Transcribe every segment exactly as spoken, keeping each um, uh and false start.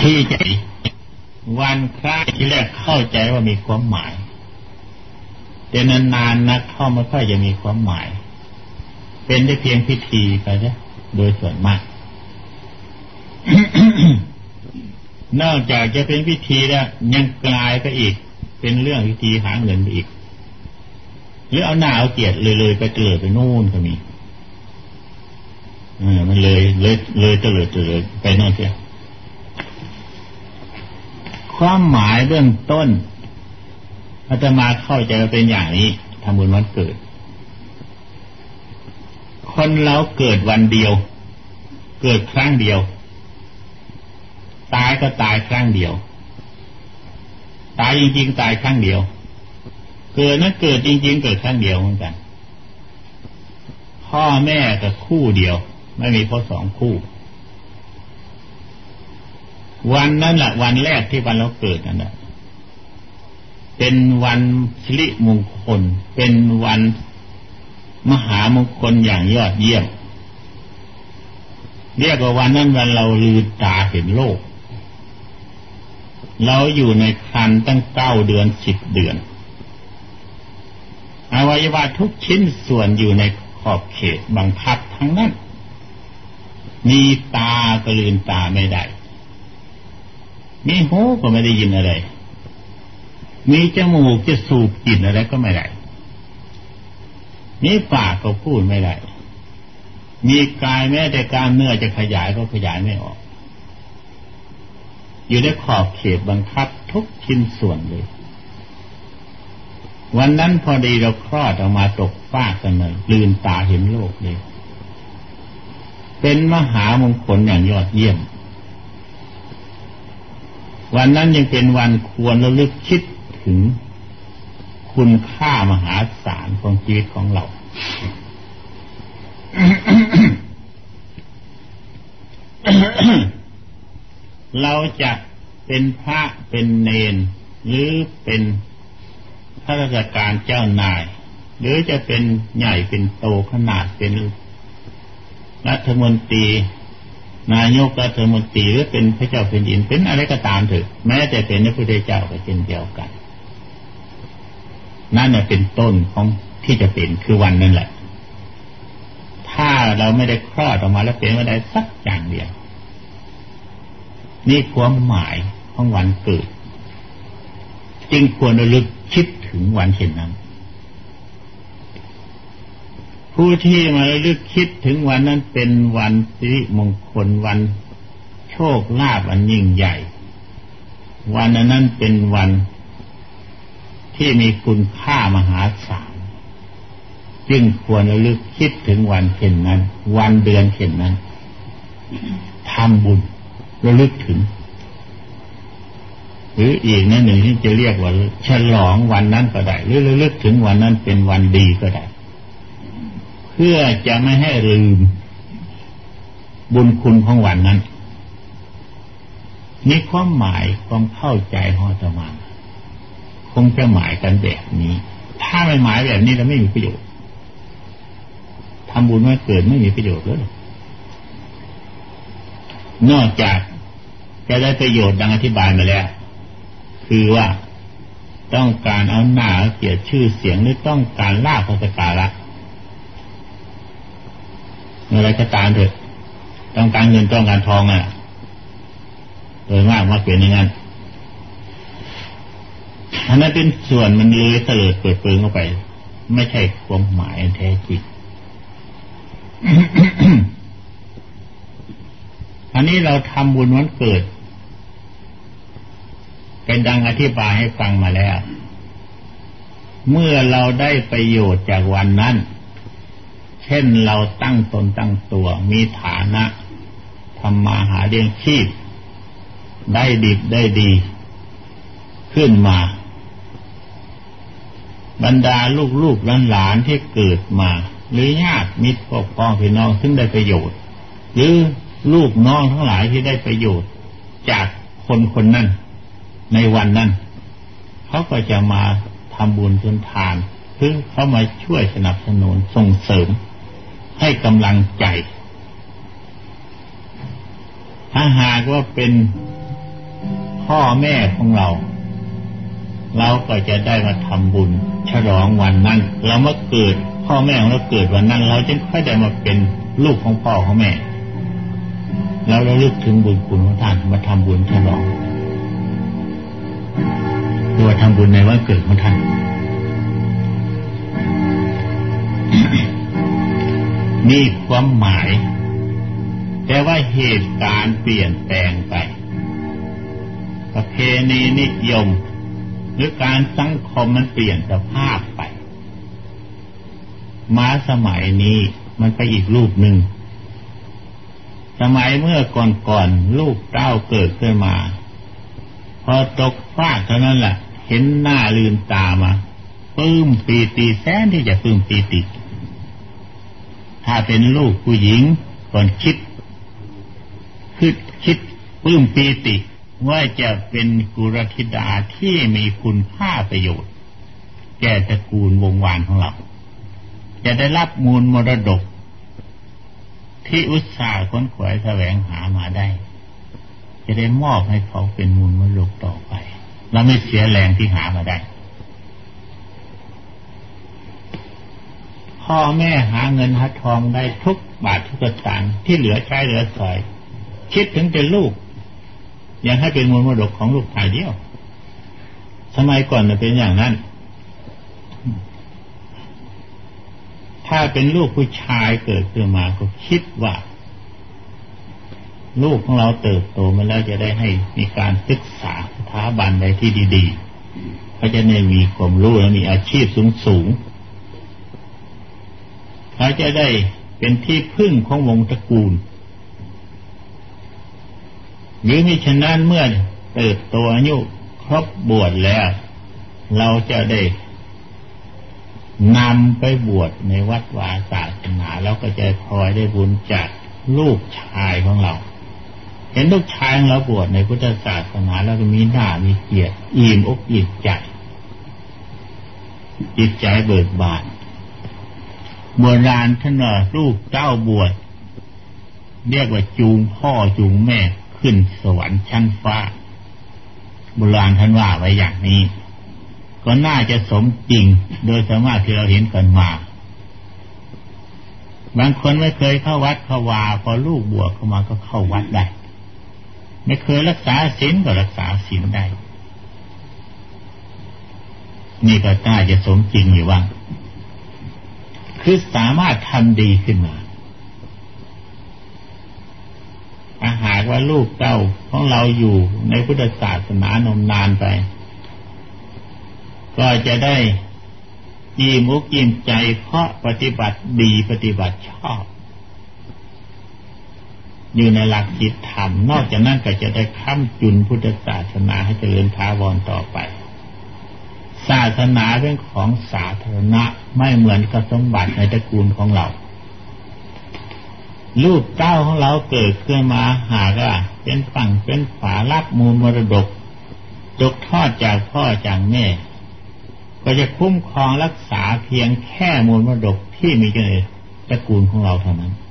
ที่ใจวันคล้ายที่แรกเข้าใจว่ามีความหมายแต่นานๆนักเข้าไม่ค่อยจะมีความหมายเป็นได้เพียงพิธีไปซะโดยส่วนมาก นอกจากจะเป็นพิธีแล้วยังกลายไปอีกเป็นเรื่องพิธีหาเงินไปอีกหรือเอาหน้าเอาเกียรติเลยๆไปเตลิดไปนู่นก็มีอ่ามันเลยเลยเลยเตลิดเตลิดไปโน่นเสียความหมายเบื้องต้นอาตมาเข้าใจว่าเป็นอย่างนี้ทำบุญวันเกิดคนเราเกิดวันเดียวเกิดครั้งเดียวตายก็ตายครั้งเดียวตายจริงๆตายครั้งเดียวเกิดนั้นเกิดจริงๆเกิดครั้งเดียวเหมือนกันพ่อแม่ก็คู่เดียวไม่มีพ่อสองคู่วันนั้นแหละวันแรกที่วันเราเกิดนั่นแหละเป็นวันสิริมงคลเป็นวันมหามงคลอย่างยอดเยี่ยมเรียกว่าวันนั้นวันเราลืมตาเห็นโลกเราอยู่ในครรภ์ตั้งเก้าเดือนสิบเดือนอวัยวะทุกชิ้นส่วนอยู่ในขอบเขตบังคับทั้งนั้นมีตาก็ลืมตาไม่ได้มีหูก็ไม่ได้ยินอะไรมีจมูกจะสูบกลิ่นอะไรก็ไม่ได้มีปากก็พูดไม่ได้มีกายแม้แต่กล้ามเนื้อจะขยายก็ขยายไม่ออกอยู่ในขอบเขตบังคับทุกชิ้นส่วนเลยวันนั้นพอดีเราคลอดออกมาตกฟากกันเลยลืมตาเห็นโลกเลยเป็นมหามงคลอย่างยอดเยี่ยมวันนั้นยังเป็นวันควรระลึกคิดถึงคุณค่ามหาศาลของชีวิตของเรา เราจะเป็นพระเป็นเณรหรือเป็นข้าราชการเจ้านายหรือจะเป็นใหญ่เป็นโตขนาดเป็นรัฐมนตรีนายกรัฐมนตรีหรือเป็นพระเจ้าแผ่นดินเป็นอะไรก็ตามเถอะแม้แต่เป็นพระพุทธเจ้าก็เช่นเดียวกันนั่นเป็นต้นของที่จะเป็นคือวันนั่นแหละถ้าเราไม่ได้คลอดออกมาแล้วเป็นไม่ได้สักอย่างเดียวนี่ความหมายของวันเกิดจึงควรระลึกคิดถึงวันเช่นนั้นผู้ที่มาระลึกคิดถึงวันนั้นเป็นวันสิริมงคลวันโชคลาภอันยิ่งใหญ่วันนั้นเป็นวันที่มีคุณค่ามหาศาลจึงควรระลึกคิดถึงวันเช่นนั้นวันเดือนเช่นนั้นทำบุญระลึกถึงหรืออีกนั่นหนึ่งที่จะเรียกว่าฉลองวันนั้นก็ได้หรือระลึกถึงวันนั้นเป็นวันดีก็ได้เพื่อจะไม่ให้ลืมบุญคุณของวันนั้นนี่ความหมายความเข้าใจของอาตมาคงจะหมายกันแบบนี้ถ้าไม่หมายแบบนี้เราไม่มีประโยชน์ทำบุญวันเกิดไม่มีประโยชน์เลยนอกจากจะได้ประโยชน์ดังอธิบายมาแล้วคือว่าต้องการเอาหน้าเอาเกียรติชื่อเสียงหรือต้องการลาภสักการะอะไรก็ตามเถอะต้องการเงินต้องการทองอ่ะโดยมากมาเป็นอย่างนั้นอันนั้นเป็นส่วนมันเลยเสลิดเปิดเปิงเข้าไปไม่ใช่ความหมายแท้จริง อันนี้เราทำบุญวันเกิดเป็นดังอธิบายให้ฟังมาแล้วเมื่อเราได้ประโยชน์จากวันนั้นเช่นเราตั้งตนตั้งตัวมีฐานะทำมาหาเลี้ยงชีพได้ดีได้ดีขึ้นมาบรรดาลูกๆหลานๆที่เกิดมาหรือญาติมิตรพวกพ้องพี่น้องซึ่งได้ประโยชน์หรือลูกน้องทั้งหลายที่ได้ประโยชน์จากคนคนนั้นในวันนั้นเขาก็จะมาทำบุญทนทานเพื่อเขามาช่วยสนับสนุนส่งเสริมให้กำลังใจถ้าหากว่าเป็นพ่อแม่ของเราเราก็จะได้มาทำบุญฉลองวันนั้นเราเมื่อเกิดพ่อแม่ของเราเกิดวันนั้นเราจึงค่อยได้มาเป็นลูกของพ่อของแม่แล้วเราลึกถึงบุญคุณของท่านมาทำบุญฉลองตัวทำบุญในวันเกิดของท่าน มีความหมายแต่ว่าเหตุการณ์เปลี่ยนแปลงไปประเพณีนิยมหรือการสังคมมันเปลี่ยนสภาพไปมาสมัยนี้มันไปอีกรูปหนึ่งสมัยเมื่อก่อนๆลูกเต้าเกิดขึ้นมาพอตกฟากเท่านั้นแหละเห็นหน้าลืมตามาปลื้มปีติแสนที่จะปลื้มปีติถ้าเป็นลูกผู้หญิงก่อนคิดคือคิดปลื้มปีติว่าจะเป็นกุลธิดาที่มีคุณค่าประโยชน์แก่ตระกูลวงวานของเราจะได้รับมูลมรดกที่อุตสาห์ค้นขวายแสวงหามาได้จะได้มอบให้เขาเป็นมูลมรดกต่อไปเราไม่เสียแรงที่หามาได้พ่อแม่หาเงินหาทองได้ทุกบาททุกสตางค์ที่เหลือใช้เหลือสอยคิดถึงแต่ลูกยังให้เป็นมูลมรดกของลูกชายเดียวสมัยก่อนเป็นอย่างนั้นถ้าเป็นลูกผู้ชายเกิดขึ้นมาก็คิดว่าลูกของเราเติบโตมาแล้วจะได้ให้มีการศึกษาสถาบันใดที่ดีๆเขาจะได้มีความรู้และมีอาชีพสูงๆเขาจะได้เป็นที่พึ่งของวงตระกูลหรือมิฉะนั้นเมื่อเติบโตอายุครบบวชแล้วเราจะได้นำไปบวชในวัดวาศาสนาแล้วก็จะคอยได้บุญจากลูกชายของเราเห็นลูกชายของเราบวชในพุทธศาสนาแล้วก็มีหน้ามีเกียรติอิ่มอกอิ่มใจจิตใจเบิกบานโบราณท่านว่าลูกเต้าบวชเรียกว่าจูงพ่อจูงแม่ขึ้นสวรรค์ชั้นฟ้าโบราณท่านว่าไว้อย่างนี้ก็น่าจะสมจริงโดยสามารถที่เราเห็นกันมาบางคนไม่เคยเข้าวัดเข้าวาพอลูกบวชเข้ามาก็เข้าวัดได้ไม่เคยรักษาศีลก็รักษาศีลได้นี่ก็น่าจะสมจริงอยู่ว่าคือสามารถทำดีขึ้นมาถ้าหากว่าลูกเต้าของเราอยู่ในพุทธศาสนานมนานไปก็จะได้ยิ้มอกยิ้มใจเพราะปฏิบัติดีปฏิบัติชอบอยู่ในหลักศีลธรรมนอกจากนั้นก็จะได้ค้ำจุนพุทธศาสนาให้เจริญถาวรต่อไปศาสนาเป็นของสาธารณะไม่เหมือนกับสมบัติในตระกูลของเราลูกเต้าของเราเกิดขึ้นมาหากว่าเป็นฝั่งเป็นฝารับมูลมรดกตกทอดจากพ่อจากแม่ก็จะคุ้มครองรักษาเพียงแค่มูลมรดกที่มีอยู่ในตระกูลของเราเท่านั้น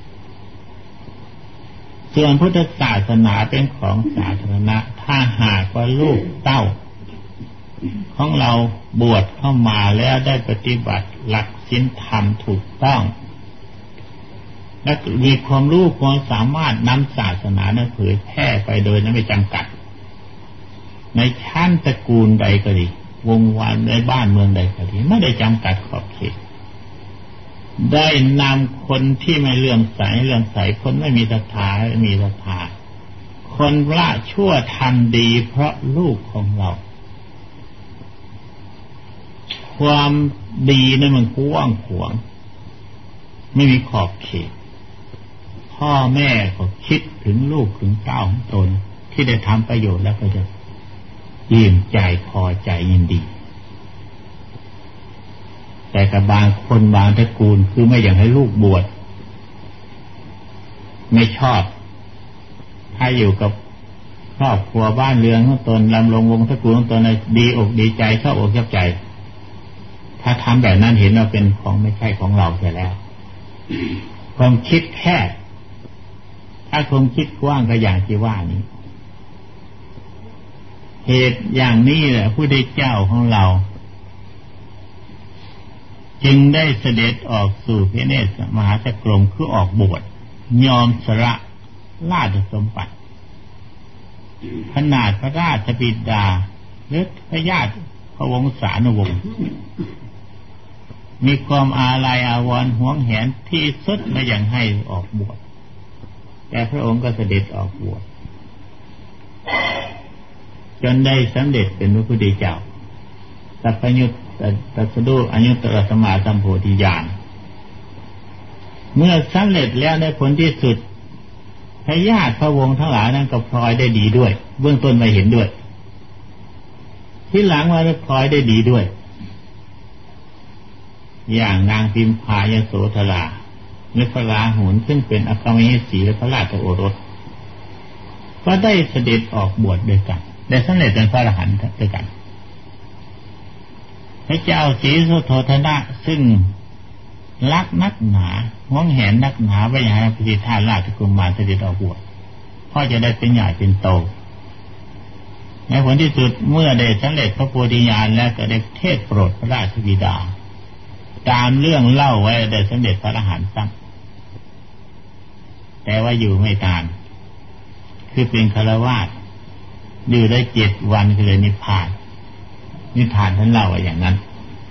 ส่วนพุทธศาสนาเป็นของสาธารณะถ้าหากว่าลูกเต้าของเราบวชเข้ามาแล้วได้ปฏิบัติหลักศีลธรรมถูกต้องและมีความรู้ความสามารถนำศาสนานั้นเผยแพร่ไปโดยไม่จำกัดในชั้นตระกูลใดก็ดีวงวานในบ้านเมืองใดก็ดีไม่ได้จำกัดขอบเขตได้นำคนที่ไม่เลื่อมใสเลื่อมใสคนไม่มีศรัทธาไม่มีศรัทธาคนละชั่วทำดีเพราะลูกของเราความดีนั้นมันกว้างขวางไม่มีขอบเขตพ่อแม่ก็คิดถึงลูกถึงเต้าของตนที่ได้ทำประโยชน์แล้วก็จะยิ้มใจพอใจยินดีแต่กับบางคนบางตระกูลคือไม่อยากให้ลูกบวชไม่ชอบถ้าอยู่กับครอบครัวบ้านเรือนของตนลำลงวงตระกูลของตนดีอกดีใจชอบอกชอบใจถ้าทำแบบนั้นเห็นว่าเป็นของไม่ใช่ของเราเสียแล้วความคิดแค่ถ้าความคิดกว้างก็อย่างที่ว่านี้เหตุอย่างนี้แหละผู้ได้เจ้าของเราจึงได้เสด็จออกสู่พระเนศมหาสกรมคือออกบวชยอมสละราชสมบัติขนาดพระราชบิดาหรือพระญาติพระวงศานุวงศ์มีความอาลัยอาวรณ์หวงแหนที่สุดไม่ยังให้ออกบวชแต่พระองค์ก็เสด็จออกบวชจนได้สำเร็จเป็นพระพุทธเจ้าสัพพยุตตรัสรู้อนุตตรสัมมาสัมโพธิญาณเมื่อสำเร็จแล้วในผลที่สุดพระญาติพระวงศ์ทั้งหลายนั้นก็พลอยได้ดีด้วยเบื้องต้นไม่เห็นด้วยที่หลังมาพลอยได้ดีด้วยอย่างนางพิมพายโสธราและพระราหุลซึ่งเป็นอัครมเหสีและพระราชโอรสก็ได้เสด็จออกบวชด้วยกันได้สำเร็จเป็นพระอรหันต์ด้วยกันพระเจ้าศรีสุโธทนะซึ่งรักนักหนาหวงแหนนักหนาไว้อย่างพระสิทธาราชกุมารเสด็จออกบวชพ่อจะได้เป็นใหญ่เป็นโตในผลที่สุดเมื่อได้สำเร็จพระโพธิญาณแล้วก็ได้เทศโปรดพระราชบิดาตามเรื่องเล่าไว้ได้สำเร็จพระอรหันต์ซ้ำแต่ว่าอยู่ไม่นานคือเป็นฆราวาสอยู่ได้เจ็ดวันก็เลยนิพพานนิทานท่านเล่าไว้อย่างนั้น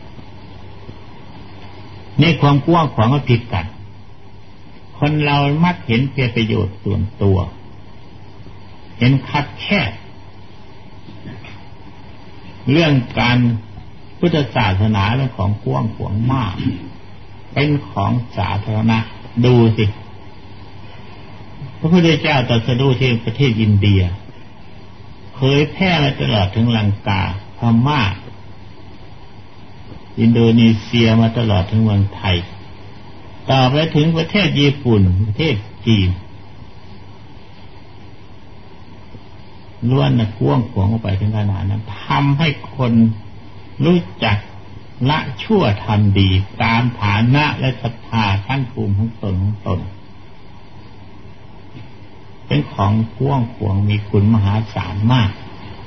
นี่ความกว้างขวางก็ผิดกันคนเรามักเห็นเพียงประโยชน์ส่วนตัวเห็นคับแคบเรื่องการพุทธศาสนาเป็นของกว้างขวางมากเป็นของสาธารณะดูสิพระพุทธเจ้าตรัสรู้ที่ประเทศอินเดียเผยแพร่มาตลอดถึงลังกาพม่าอินโดนีเซียมาตลอดถึงเมืองไทยต่อไปถึงประเทศญี่ปุ่นประเทศจีนล้วนนะกว้างขวางออกไปถึงขนาดนั้นทำให้คนรู้จักละชั่วทำดีตามฐานะและศรัทธาขั้นภูมิของตนของตนเป็นของกว้างขวางมีคุณมหาศาลมาก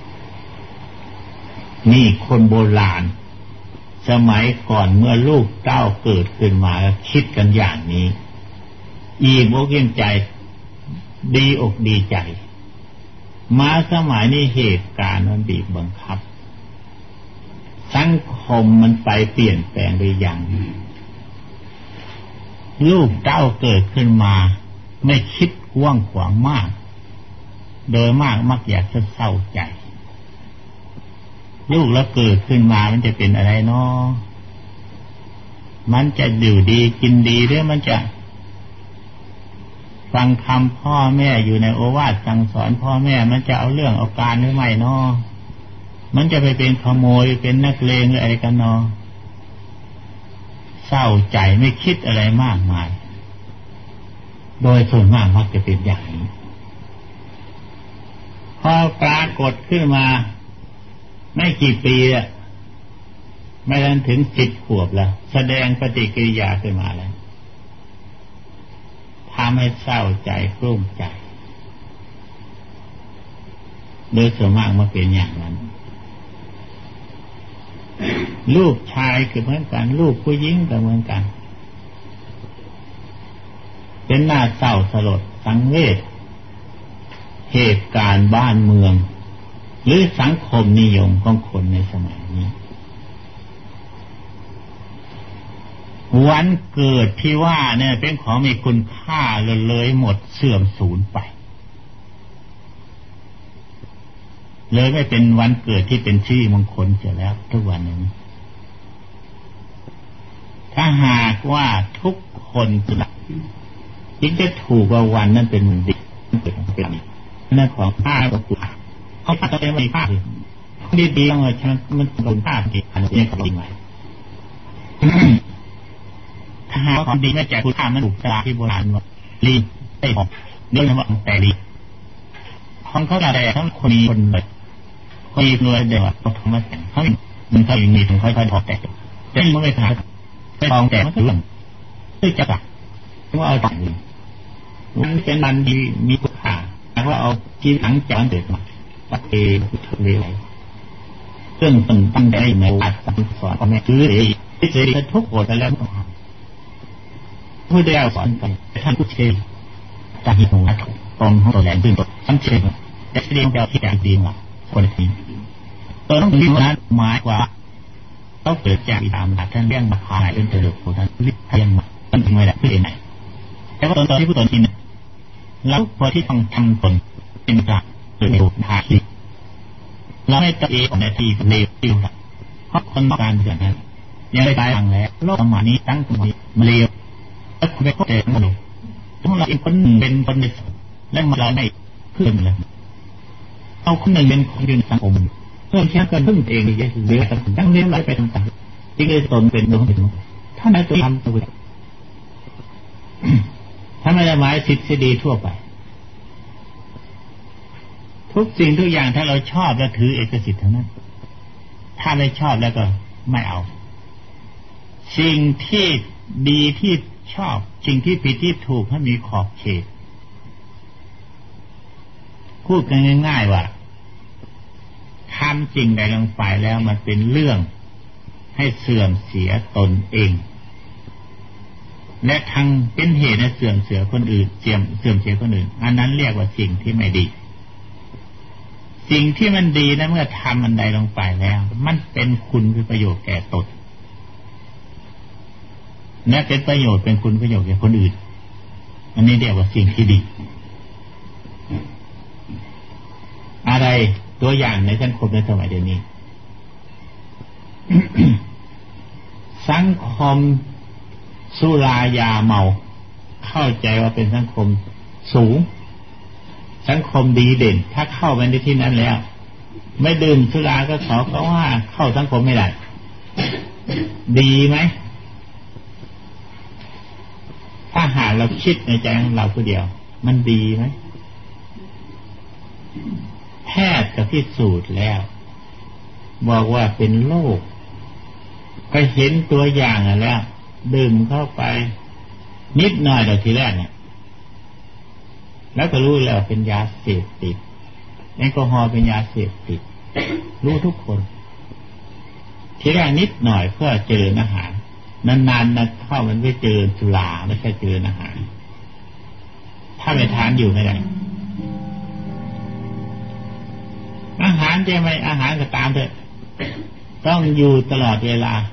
นี่คนโบราณสมัยก่อนเมื่อลูกเต้าเกิดขึ้นมาคิดกันอย่างนี้อิ่มอกอิ่มใจดีอกดีใจมาสมัยนี้เหตุการณ์มันบีบบังคับสังคมมันไปเปลี่ยนแปลงไปอย่างลูกเต้าเกิดขึ้นมาไม่คิดกว้างขวางมากโดยมากมักอยากจะเศร้าใจลูกแล้วเกิดขึ้นมามันจะเป็นอะไรเนาะมันจะอยู่ดีกินดีหรือมันจะฟังคำพ่อแม่อยู่ในโอวาทสั่งสอนพ่อแม่มันจะเอาเรื่องเอาการหรือไม่เนาะมันจะไปเป็นขโมยเป็นนักเลงหรืออะไรกันเนาะเศร้าใจไม่คิดอะไรมากมายโดยส่วนมากมักจะเป็นอย่างนี้พอปรากฏขึ้นมาไม่กี่ปีอ่ะไม่ทันถึงสิบขวบแล้วแสดงปฏิกิริยาขึ้นมาแล้วทำให้เศร้าใจกลุ้มใจโดยส่วนมากมาเป็นอย่างนั้นลูกชายก็เหมือนกันลูกผู้หญิงก็เหมือนกันเป็นหน้าเศร้าสลดสังเวชเหตุการณ์บ้านเมืองหรือสังคมนิยมของคนในสมัยนี้วันเกิดที่ว่าเนี่ยเป็นของมีคุณค่าเลยเลยหมดเสื่อมสูญไปเลยไม่เป็นวันเกิดที่เป็นชื่อมงคลเสียแล้วทุกวันนี้ถ้าหากว่าทุกคนจะยิ่งจะถูกว่าวันนั้นเป็นวันดีเกิดเป็นนั่นของข้าก็คือเขาต้องเป็นวันข้าดีดีๆเลยฉะนั้นมันเป็นข้าดีอันนี้ก็ดีไหมถ้าหากความดีไม่แจกคุณค่ามันถูกตราที่โบราณว่าลีได้หอกเรื่องว่าแต่ลีของเขาแต่ทั้งคนมีคนเลยคนมีรวยเดี๋ยวเขาทำมาแต่งเขามันเขาอย่างนี้ถึงค่อยๆถอดแต่แต่เมื่อไม่ขาดไม่ทองแต่เรื่องที่จะตัดว่าเอาต่างมันเป็นมันดีมีคุณค่าแต่ว่าเอาชีวิตหลังจากเกิดมาปัจเจกเลวเรื่องต้นตั้งใจในวัดสั่งสอนพ่อแม่คือเองที่เสรีทุกคนแล้วผู้เดียวสอนกันท่านผู้เชี่ยวตาหิวอัดตนของตัวแหลมซึ่งตัวท่านเชี่ยวแต่เรียงแบบที่แก่ดีกว่าคนที่ตัวต้องรีบนั้นหมายกว่าต้องเกิดจากตามหลักท่านเรียงมาขายเป็นตัวเลือกของท่านรีบเรียงมาท่านถึงเวลาเพื่อไหนแต่ว่าตอนที่ผู้ตนที่หนึ่งแล้วพอที่ต้องทำตนเป็นกลางโดยถูกทาสิเราไม่ต้องเองในที่เลวที่หลักเพราะคนต้องการเรื่องนั้นยังไม่ตายหลังแล้วโลกสมัยนี้ตั้งตัวนี้มันเลวแล้วคุณไปเข้าใจมันหนูทั้งเราเองคนหนึ่งเป็นคนในและมาเราไม่เพื่อนเลยเอาคนหนึ่งเป็นคนยืนสังคมเพื่อนแค่เกินเพิ่งเองเลยเหลือแต่ตั้งเลี้ยงไหลไปต่างๆที่เลยตนเป็นตัวเป็นถ้าไม่ตัวทำตัวถ้าไม่ได้หมายสิทธิดีทั่วไปทุกสิ่งทุกอย่างถ้าเราชอบแล้วถือเอกสิทธิ์ทั้งนั้นถ้าไม่ชอบแล้วก็ไม่เอาสิ่งที่ดีที่ชอบสิ่งที่ผิดที่ถูกให้มีขอบเขตพูดกันง่ายๆว่าทำสิ่งใดลงไปแล้วมันเป็นเรื่องให้เสื่อมเสียตนเองและทั้งเป็นเหตุให้เสื่อมเสียคนอื่นเสื่อมเสื่อมเสียคนอื่นอันนั้นเรียกว่าสิ่งที่ไม่ดีสิ่งที่มันดีนะเมื่อทำอันใดลงไปแล้วมันเป็นคุณคือประโยชน์แก่ตนและเป็นประโยชน์เป็นคุณประโยชน์แก่คนอื่นอันนี้เรียกว่าสิ่งที่ดีอะไรตัวอย่างในสังคมในสมัยเดี๋ยวนี้ สังคมสุรายาเมาเข้าใจว่าเป็นสังคมสูงสังคมดีเด่นถ้าเข้าไปในที่นั้นแล้วไม่ดื่มสุราก็ขอเขาว่าเข้าสังคมไม่ได้ดีไหมถ้าหากเราคิดในใจของเราผู้เดียวมันดีไหมแพทย์ก็พิสูจน์แล้วบอกว่าเป็นโรคก็เห็นตัวอย่างแล้วดื่มเข้าไปนิดหน่อยเดี๋ยวทีแรกเนี่ยแล้วก็รู้แล้วเป็นยาเสพติดแอลกอฮอล์เป็นยาเสพติดรู้ทุกคนทีแรกนิดหน่อยเพื่อเจริญอาหารนานๆนะเข้ามันไม่เจริญสุราไม่ใช่เจริญอาหารถ้าไม่ทานอยู่ไม่ได้อาหารจะไม่อาหารก็ตามเถอะต้องอยู่ตลอดเวลา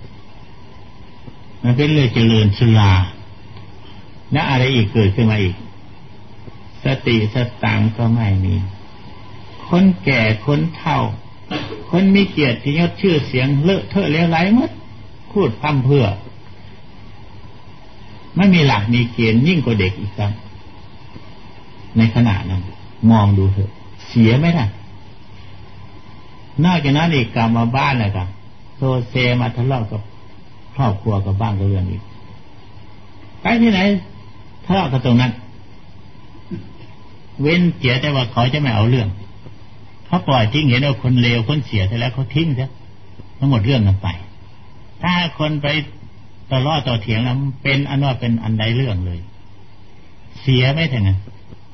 มันเป็นเรื่องเจริญสุราและอะไรอีกเกิดขึ้นมาอีกสติสตังก็ไม่มีคนแก่คนเฒ่าคนมีเกียรติยศชื่อเสียงเลอะเทอะเลวไหลหมดพูดพร่ำเพื่อไม่มีหลักมีเกณฑ์ยิ่งกว่าเด็กอีกครับในขณะนั้นมองดูเถอะเสียไหมล่ะนอกจากนั้นอีกกลับมาบ้านเลยครับโซเซมาทะเลาะกับครอบครัวกับบ้านกับเรือนอีกไปที่ไหนทะเลาะกันตรงนั้นเว้นเสียแต่ว่าเขาจะไม่เอาเรื่องเขาปล่อยทิ้งเห็นว่าคนเลวคนเสียแต่แล้วเขาทิ้งซะทั้งหมดเรื่องกันไปถ้าคนไปต่อล้อต่อเถียงแล้วเป็นอันว่าเป็นอันใดเรื่องเลยเสียไม่ถึงนะ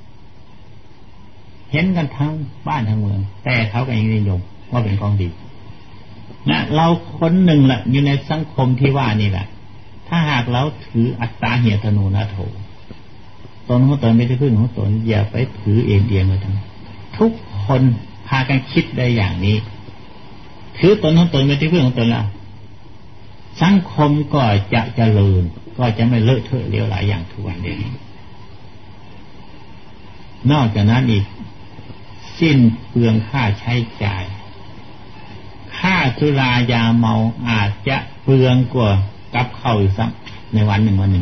เห็นกันทั้งบ้านทั้งเมืองแต่เขาก็ยังนิยมว่าเป็นของดีนะเราคนหนึ่งแหละอยู่ในสังคมที่ว่านี่แหละถ้าหากเราถืออัตตาเหียธนูนาโถตนของตนไม่ใช่พึ่งของตนอย่าไปถือเองเดียงเลยทั้งทุกคนพากันคิดได้อย่างนี้ถือตนของตนไม่ใช่พึ่งของตนแล้วสังคมก็จะเจริญก็จะไม่เลอะเทอะเลวไหลอย่างทุกวันนี้นอกจากนั้นอีกสิ้นเปลืองค่าใช้จ่ายค่าสุรายาเมาอาจจะเปลืองกว่ากับข้าวอีกสักในวันหนึ่งวันหนึ่ง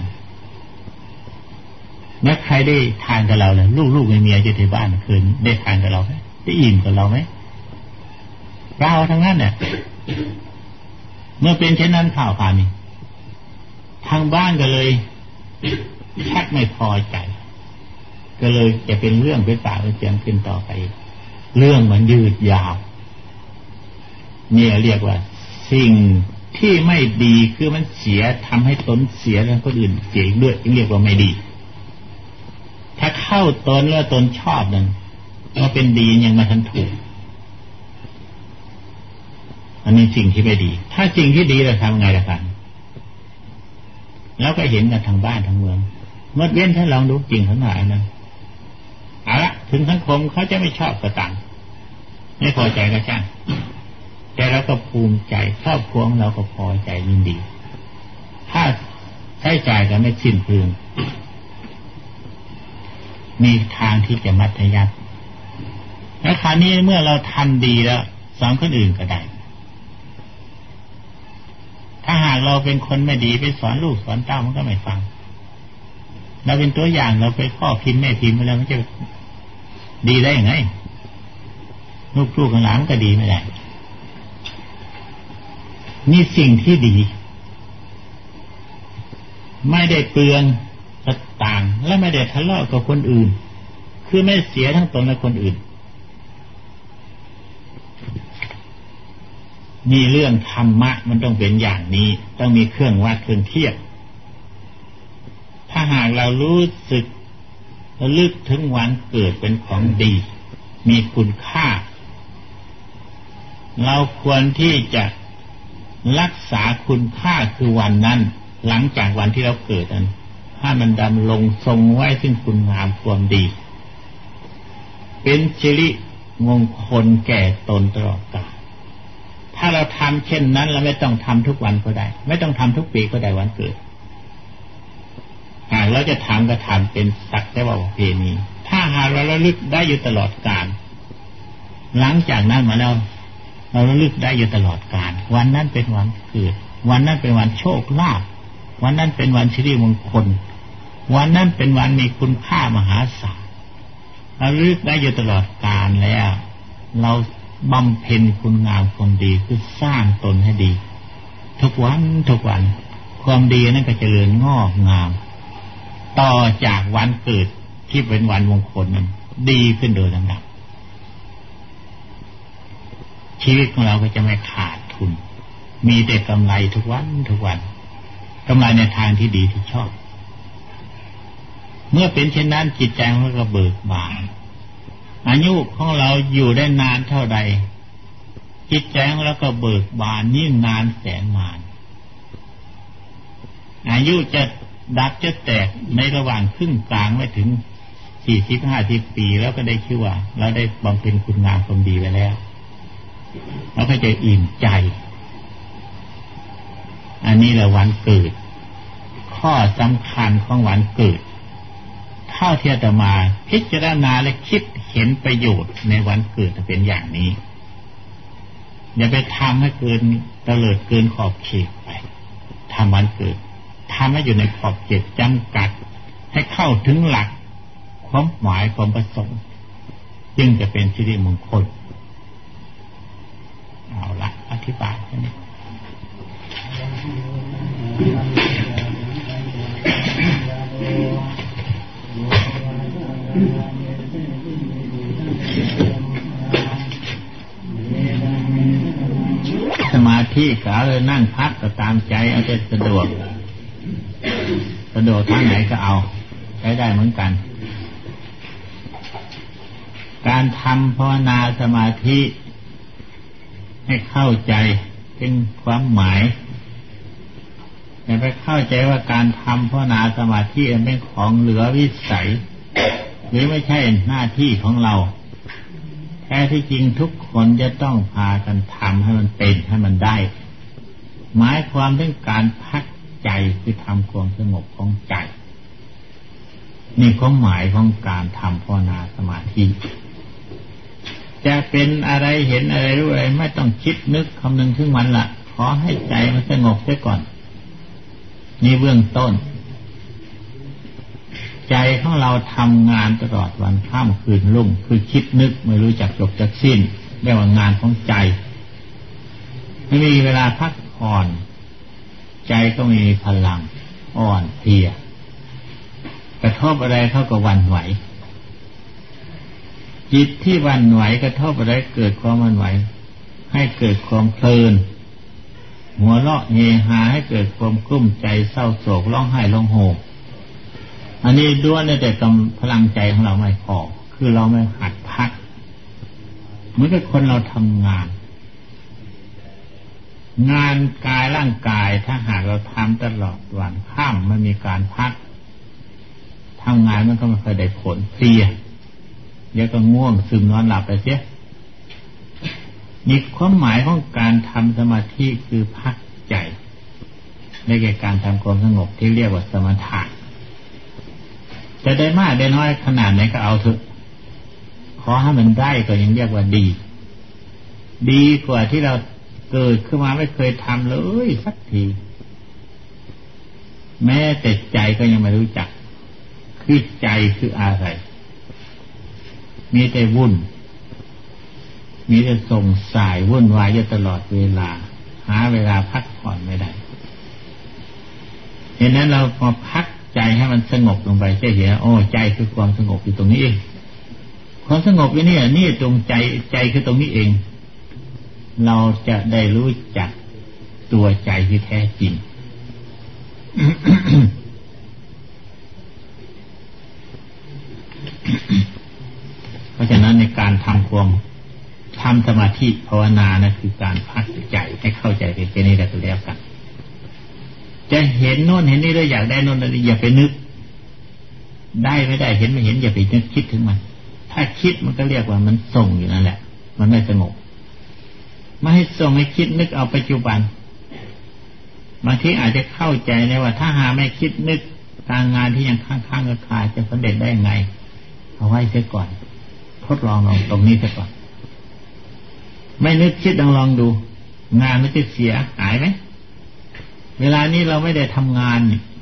แม้ใครได้ทานกับเราเลยลูกๆในเมียอยู่ที่บ้านคืนได้ทานกับเราไหมได้อิ่มกับเราไหมเราทั้งนั้นเนี่ยเมื่อเป็นเช่นนั้นข่าวผ่านนี่ทางบ้านก็เลยชักไม่พอใจก็เลยจะเป็นเรื่องเป็นปากเป็นเสียงขึ้นต่อไปเรื่องมันยืดยาวเนี่ยเรียกว่าสิ่งที่ไม่ดีคือมันเสียทำให้ตนเสียแล้วคนอื่นเสียด้วยจึงเรียกว่าไม่ดีถ้าเข้าตนแล้วตนชอบนั้นว่าเป็นดียังมาทันถูกอันนี้สิ่งที่ไม่ดีถ้าสิ่งที่ดีเราทำไงล่ะกันแล้วก็เห็นกันทางบ้านทางเมืองเมื่อเว้นถ้าลองดูจริงทั้งหลายนะเอาละถึงสังคมเขาจะไม่ชอบก็ตามไม่พอใจก็ช่างแต่เราก็ภูมิใจครอบครัวเราก็พอใจยินดีถ้าใช้จ่ายกันไม่สิ้นเปลืองมีทางที่จะมัธยัสถ์และคราวนี้เมื่อเราทำดีแล้วสอนคนอื่นก็ได้ถ้าหากเราเป็นคนไม่ดีไปสอนลูกสอนเต้ามันก็ไม่ฟังเราเป็นตัวอย่างเราไปพ่อพิมพ์แม่พิมพ์ไปแล้วมันจะดีได้ยังไงลูกๆของหลานก็ดีไม่ได้นี่สิ่งที่ดีไม่ได้เปลืองสตางค์และไม่ได้ทะเลาะกับคนอื่นคือไม่เสียทั้งตนและคนอื่นนี่เรื่องธรรมะมันต้องเป็นอย่างนี้ต้องมีเครื่องวัดเครื่องเทียบถ้าหากเรารู้สึกระลึกถึงวันเกิดเป็นของดีมีคุณค่าเราควรที่จะรักษาคุณค่าคือวันนั้นหลังจากวันที่เราเกิดนั้นให้มันดำรงทรงไว้ซึ่งคุณงามความดีเป็นสิริมงคลแก่ตนตลอดกาลถ้าเราทำเช่นนั้นเราไม่ต้องทำทุกวันก็ได้ไม่ต้องทำทุกปีก็ได้วันเกิดหากเราจะทำก็ทำเป็นสักแต่ว่าประเพณีถ้าหากเราระลึกได้อยู่ตลอดกาลหลังจากนั้นมาแล้วเราระลึกได้อยู่ตลอดกาลวันนั้นเป็นวันเกิดวันนั้นเป็นวันโชคลาภวันนั้นเป็นวันสิริมงคลวันนั้นเป็นวันมีคุณค่ามหาศาลเราระลึกได้อยู่ตลอดกาลแล้วเราบำเพ็ญคุณงามความดีคือสร้างตนให้ดีทุกวันทุกวันความดีนั้นก็เจริญงอกงามต่อจากวันเกิดที่เป็นวันมงคลนั้นดีขึ้นโดยลำดับชีวิตของเราก็จะไม่ขาดทุนมีแต่กำไรทุกวันทุกวันกำไรในทางที่ดีที่ชอบเมื่อเป็นเช่นนั้นจิตใจมันก็เบิกบานอายุของเราอยู่ได้นานเท่าใดจิตใจของเราก็เบิกบานยิ่งนานแสนนานอายุจะดับจะแตกในระหว่างครึ่งกลางไม่ถึงสี่สิบห้าสิบปีแล้วก็ได้ชื่อว่าเราได้บำเพ็ญคุณงามความดีไปแล้วเราก็จะอิ่มใจอันนี้แหละวันเกิดข้อสำคัญของวันเกิดเท่าที่อาตมาพิจารณาและคิดเห็นประโยชน์ในวันเกิดเป็นอย่างนี้อย่าไปทำให้เกินเตลิดเกินขอบเขตไปทำวันเกิดทำให้อยู่ในขอบเขตจำกัดให้เข้าถึงหลักความหมายความประสงค์จึงจะเป็นสิริมงคลเอาละอธิบายแค่นี้สมาธิก็เลยนั่งพักก็ตามใจเอาแต่สะดวกสะดวกทางไหนก็เอาใช้ได้เหมือนกันการทำภาวนาสมาธิให้เข้าใจถึงความหมายอย่าไปเข้าใจว่าการทำภาวนาสมาธิเป็นของเหลือวิสัยหรือไม่ใช่หน้าที่ของเราแท้ที่จริงทุกคนจะต้องพากันทำให้มันเป็นให้มันได้หมายความถึงการพักใจคือทำความสงบของใจนี่ความหมายของการทำภาวนาสมาธิจะเป็นอะไรเห็นอะไรรู้อะไรไม่ต้องคิดนึกคำนึงถึงมันละขอให้ใจมันสงบไว้ก่อนนี่เบื้องต้นใจของเราทำงานตลอดวันค่ำคืนรุ่งคือคิดนึกไม่รู้จักจบจักสิ้นเรียกว่างานของใจไม่มีเวลาพักผ่อนใจก็มีพลังอ่อนเพลียกระทบอะไรเขาก็หวั่นไหวจิตที่หวั่นไหวกระทบอะไรเกิดความหวั่นไหวให้เกิดความเพลินหัวเราะเฮฮาให้เกิดความกลุ้มใจเศร้าโศกร้องไห้ร้องโหยอันนี้ด้วนแต่กำพลังใจของเราไม่พอคือเราไม่หัดพักเหมือนกับคนเราทำงานงานกายร่างกายถ้าหากเราทำตลอดวันข้ามไม่มีการพักทำงานมันก็ไม่เคยได้ผลเสียเดี๋ยวก็ง่วงซึมนอนหลับไปเสียมีความหมายของการทำสมาธิคือพักใจในแก่การทำความสงบที่เรียกว่าสมถะจะได้มากได้น้อยขนาดไหนก็เอาเถอะขอให้มันได้ก็ยังเรียกว่าดีดีกว่าที่เราเกิดขึ้นมาไม่เคยทำเลยสักทีแม้แต่ใจก็ยังไม่รู้จักคือใจคืออะไรมีแต่วุ่นมีแต่ส่งสายวุ่นวายอยู่ตลอดเวลาหาเวลาพักผ่อนไม่ได้เหตุนั้นเราพอพักใจให้มันสงบลงไปจะเห็นโอ้ใจคือความสงบอยู่ตรงนี้เองความสงบอยู่นี่นี่ตรงใจใจคือตรงนี้เองเราจะได้รู้จักตัวใจที่แท้จริง เพราะฉะนั้นในการทำความทำสมาธิภาวนานะคือการพักใจให้เข้าใจไปแค่นี้ก็แล้วกันจะเห็นโน่นเห็นนี่แล้วอยากได้โน่นนี่อย่าไปนึกได้ไม่ได้เห็นไม่เห็นอย่าไปนึกคิดถึงมันถ้าคิดมันก็เรียกว่ามันส่งอยู่นั่นแหละมันไม่สงบไม่ให้ส่งให้คิดนึกเอาปัจจุบันบางทีอาจจะเข้าใจในว่าถ้าหาไม่คิดนึกการงานที่ยังค้างๆคาๆจะสำเร็จได้ไงเอาไว้เสียก่อนทดลองลองตรงนี้เสียก่อนไม่นึกคิดลองลองดูงานมันจะเสียหายไหมเวลานี้เราไม่ได้ทำงาน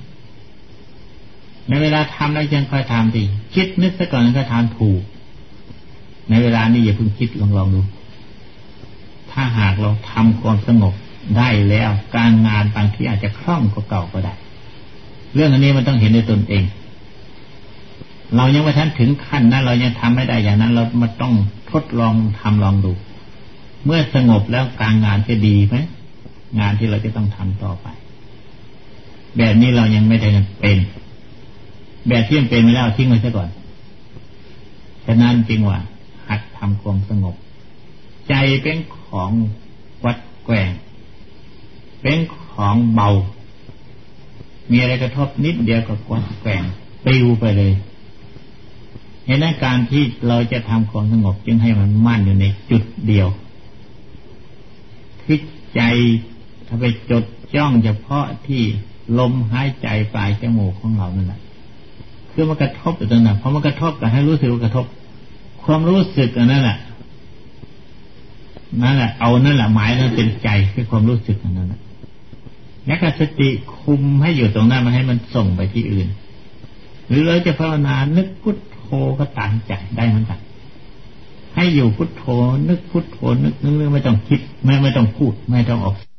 ในเวลาทำแล้วยังค่อยทำดิคิดนึกซะก่อนแล้วก็ทำถูกในเวลานี้อย่าเพิ่งคิดลองลองดูถ้าหากเราทำความสงบได้แล้วการงานบางทีอาจจะคล่องกว่าเก่าก็ได้เรื่องอันนี้มันต้องเห็นในตนเองเรายังไม่ทันถึงขั้นนั้นเรายังทำไม่ได้อย่างนั้นเรามาต้องทดลองทำลองดูเมื่อสงบแล้วการงานจะดีไหมงานที่เราจะต้องทำต่อไปแบบนี้เรายังไม่ได้เป็นแบบที่ยังเป็นไม่แล้วทิ้งไว้ซะก่อนฉะนั้นจริงว่าหัดทำความสงบใจเป็นของวัดแกว่งเป็นของเบามีอะไรกระทบนิดเดียวก็วัดแกว่งปลิวไปเลยในนั้นการที่เราจะทำความสงบจึงให้มันมั่นอยู่ในจุดเดียวคือใจถ้าไปจดจ้องเฉพาะที่ลมหายใจปลายจมูกของเรานั่นแหละคือมันกระทบอยู่ตรงนั้นพอมันกระทบก็ให้รู้สึกว่ากระทบความรู้สึกอันนั้นแหละนั่นแหละเอานั่นแหละหมายนั้นเป็นใจคือความรู้สึกอันนั้นแหละแล้วก็สติคุมให้อยู่ตรงนั้นไม่ให้มันส่งไปที่อื่นหรือเราจะภาวนานึกพุทโธก็ตามใจได้เหมือนกันให้อยู่พุทโธนึกพุทโธนึกนึกไม่ต้องคิดไม่ไม่ต้องพูดไม่ต้องออก